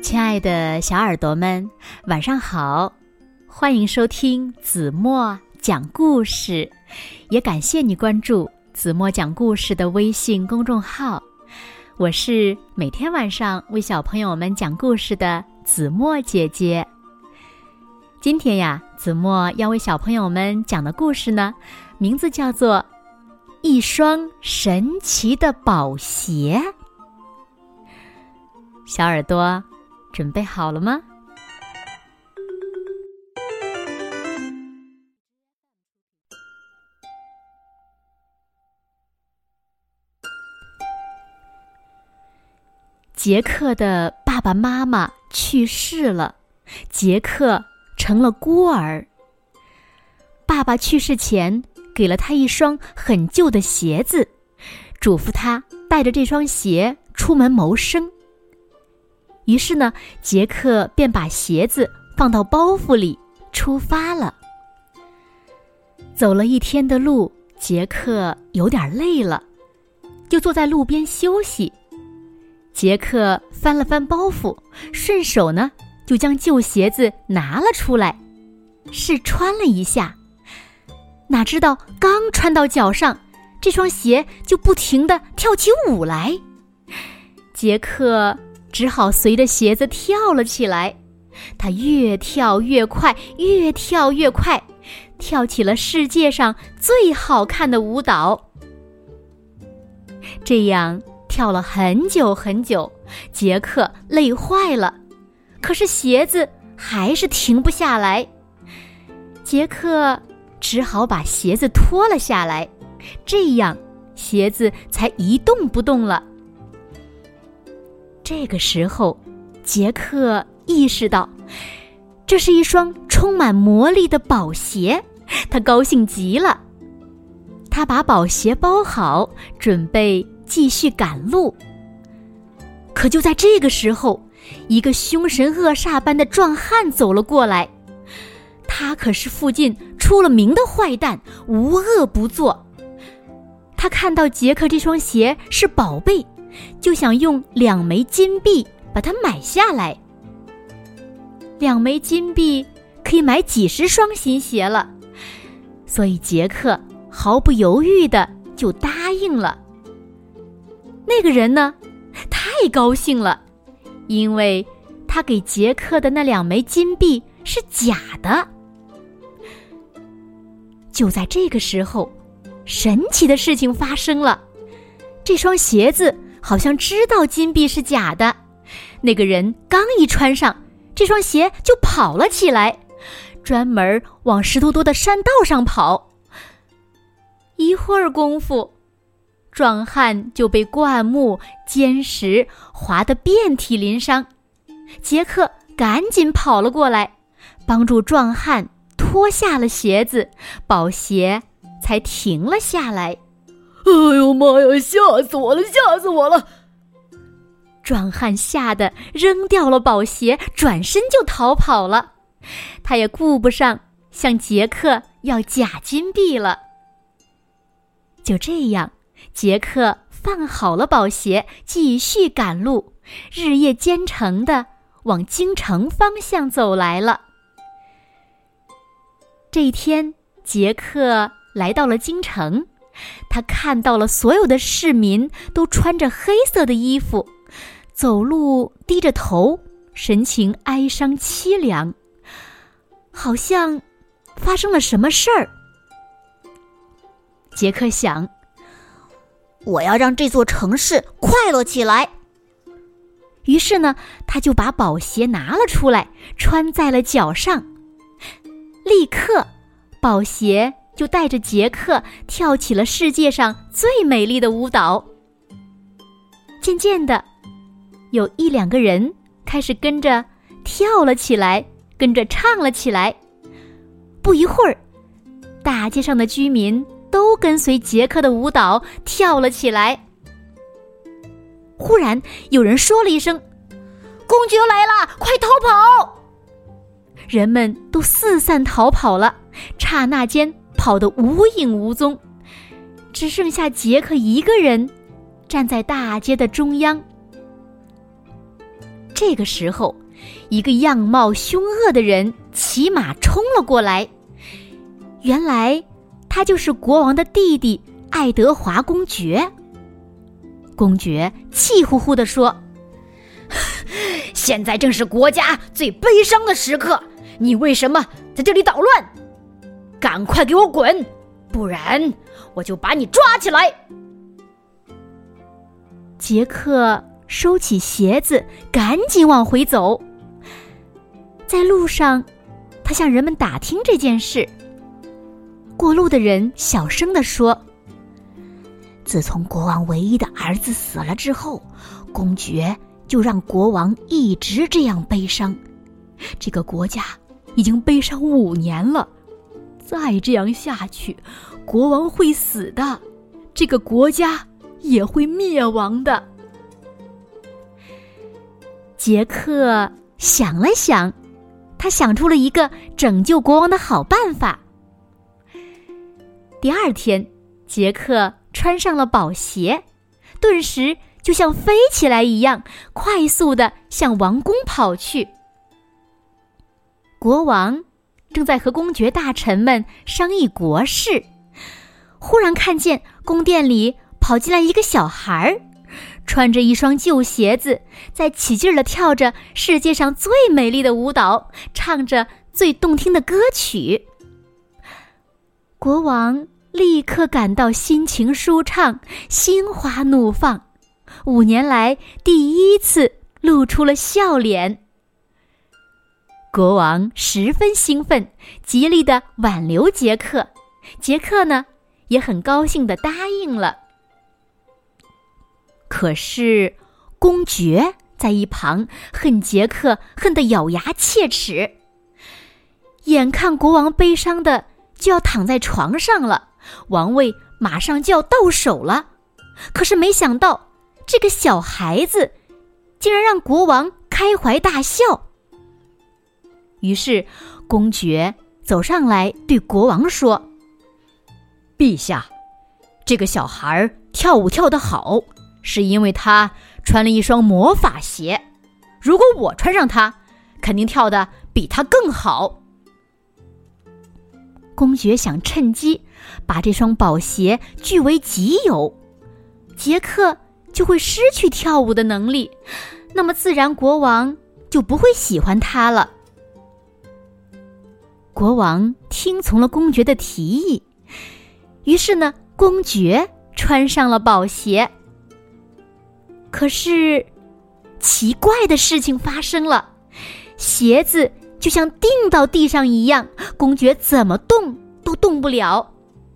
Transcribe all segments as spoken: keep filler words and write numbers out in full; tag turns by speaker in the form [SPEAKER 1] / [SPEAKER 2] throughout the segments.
[SPEAKER 1] 亲爱的小耳朵们，晚上好，欢迎收听子墨讲故事，也感谢你关注子墨讲故事的微信公众号。我是每天晚上为小朋友们讲故事的子墨姐姐。今天呀，子墨要为小朋友们讲的故事呢，名字叫做一双神奇的宝鞋。小耳朵准备好了吗？杰克的爸爸妈妈去世了，杰克成了孤儿。爸爸去世前给了他一双很旧的鞋子，嘱咐他带着这双鞋出门谋生。于是呢，杰克便把鞋子放到包袱里出发了。走了一天的路，杰克有点累了，就坐在路边休息。杰克翻了翻包袱，顺手呢就将旧鞋子拿了出来，试穿了一下。哪知道刚穿到脚上，这双鞋就不停地跳起舞来。杰克只好随着鞋子跳了起来，他越跳越快，越跳越快，跳起了世界上最好看的舞蹈。这样跳了很久很久，杰克累坏了，可是鞋子还是停不下来。杰克只好把鞋子脱了下来，这样鞋子才一动不动了。这个时候，杰克意识到，这是一双充满魔力的宝鞋，他高兴极了。他把宝鞋包好，准备继续赶路。可就在这个时候，一个凶神恶煞般的壮汉走了过来。他可是附近出了名的坏蛋，无恶不作。他看到杰克这双鞋是宝贝，就想用两枚金币把它买下来。两枚金币可以买几十双新鞋了，所以杰克毫不犹豫地就答应了。那个人呢，太高兴了，因为他给杰克的那两枚金币是假的。就在这个时候，神奇的事情发生了，这双鞋子好像知道金币是假的，那个人刚一穿上，这双鞋就跑了起来，专门往石头多的山道上跑。一会儿功夫，壮汉就被灌木、尖石划得遍体鳞伤。杰克赶紧跑了过来，帮助壮汉脱下了鞋子，宝鞋才停了下来。
[SPEAKER 2] 哎呦妈呀，吓死我了，吓死我了！
[SPEAKER 1] 壮汉吓得扔掉了宝鞋，转身就逃跑了。他也顾不上向杰克要假金币了。就这样，杰克放好了宝鞋，继续赶路，日夜兼程地往京城方向走来了。这一天，杰克来到了京城，他看到了所有的市民都穿着黑色的衣服，走路低着头，神情哀伤凄凉，好像发生了什么事儿。杰克想，
[SPEAKER 3] 我要让这座城市快乐起来。
[SPEAKER 1] 于是呢，他就把宝鞋拿了出来，穿在了脚上。立刻，宝鞋就带着杰克跳起了世界上最美丽的舞蹈。渐渐的，有一两个人开始跟着跳了起来，跟着唱了起来。不一会儿，大街上的居民都跟随杰克的舞蹈跳了起来。忽然有人说了一声：“
[SPEAKER 3] 公爵来了，快逃跑！”
[SPEAKER 1] 人们都四散逃跑了，刹那间跑得无影无踪，只剩下杰克一个人站在大街的中央。 这个时候，一个样貌凶恶的人骑马冲了过来。原来他就是国王的弟弟爱德华公爵。公爵气呼呼地说：
[SPEAKER 2] 现在正是国家最悲伤的时刻，你为什么在这里捣乱？赶快给我滚，不然我就把你抓起来。
[SPEAKER 1] 杰克收起鞋子，赶紧往回走。在路上，他向人们打听这件事。过路的人小声地说：
[SPEAKER 3] 自从国王唯一的儿子死了之后，公爵就让国王一直这样悲伤。
[SPEAKER 1] 这个国家已经悲伤五年了，再这样下去，国王会死的，这个国家也会灭亡的。杰克想了想，他想出了一个拯救国王的好办法。第二天，杰克穿上了宝鞋，顿时就像飞起来一样，快速地向王宫跑去。国王正在和公爵大臣们商议国事，忽然看见宫殿里跑进来一个小孩，穿着一双旧鞋子，在起劲儿地跳着世界上最美丽的舞蹈，唱着最动听的歌曲。国王立刻感到心情舒畅，心花怒放，五年来第一次露出了笑脸。国王十分兴奋，极力地挽留杰克，杰克呢，也很高兴地答应了。可是公爵在一旁恨杰克恨得咬牙切齿，眼看国王悲伤的就要躺在床上了，王位马上就要到手了，可是没想到这个小孩子竟然让国王开怀大笑。于是公爵走上来对国王说：陛下，这个小孩跳舞跳得好，是因为他穿了一双魔法鞋，如果我穿上它，肯定跳得比他更好。公爵想趁机把这双宝鞋据为己有，杰克就会失去跳舞的能力，那么自然国王就不会喜欢他了。国王听从了公爵的提议，于是呢，公爵穿上了宝鞋。可是奇怪的事情发生了，鞋子就像钉到地上一样，公爵怎么动都动不了。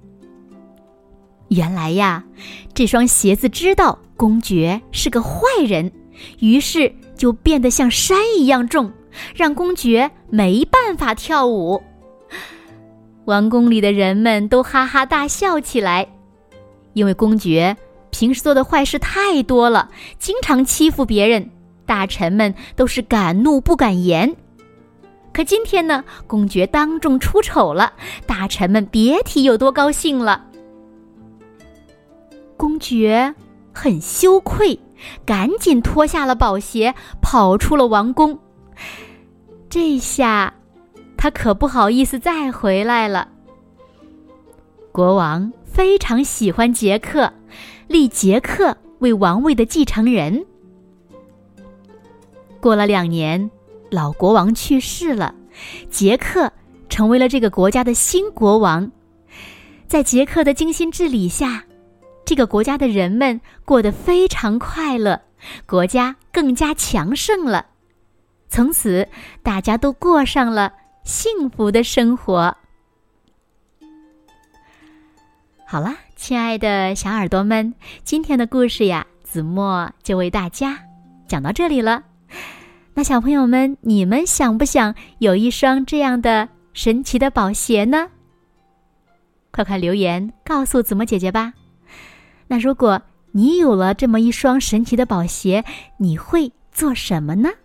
[SPEAKER 1] 原来呀，这双鞋子知道公爵是个坏人，于是就变得像山一样重，让公爵没办法跳舞。王宫里的人们都哈哈大笑起来，因为公爵平时做的坏事太多了，经常欺负别人，大臣们都是敢怒不敢言。可今天呢，公爵当众出丑了，大臣们别提有多高兴了。公爵很羞愧，赶紧脱下了宝鞋，跑出了王宫。这下他可不好意思再回来了。国王非常喜欢杰克，立杰克为王位的继承人。过了两年，老国王去世了，杰克成为了这个国家的新国王。在杰克的精心治理下，这个国家的人们过得非常快乐，国家更加强盛了。从此，大家都过上了幸福的生活。好了，亲爱的小耳朵们，今天的故事呀，子墨就为大家讲到这里了。那小朋友们，你们想不想有一双这样的神奇的宝鞋呢？快快留言告诉子墨姐姐吧。那如果你有了这么一双神奇的宝鞋，你会做什么呢？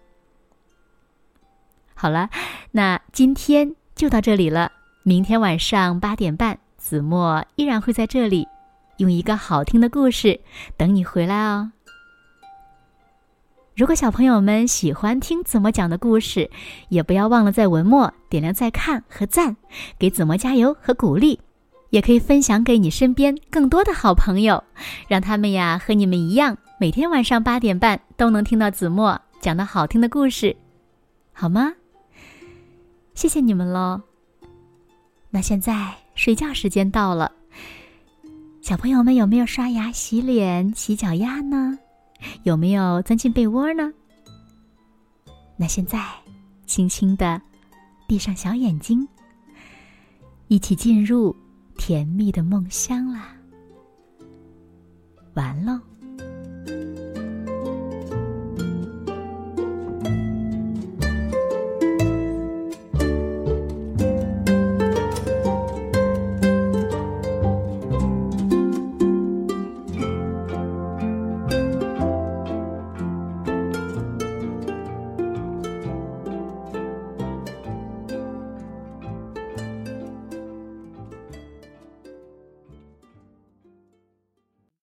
[SPEAKER 1] 好了，那今天就到这里了。明天晚上八点半，子墨依然会在这里，用一个好听的故事等你回来哦。 如果小朋友们喜欢听子墨讲的故事，也不要忘了在文末点亮再看和赞，给子墨加油和鼓励。也可以分享给你身边更多的好朋友，让他们呀和你们一样，每天晚上八点半都能听到子墨讲的好听的故事，好吗？谢谢你们咯。那现在睡觉时间到了，小朋友们有没有刷牙、洗脸、洗脚丫呢？有没有钻进被窝呢？那现在轻轻地闭上小眼睛，一起进入甜蜜的梦乡啦。完喽。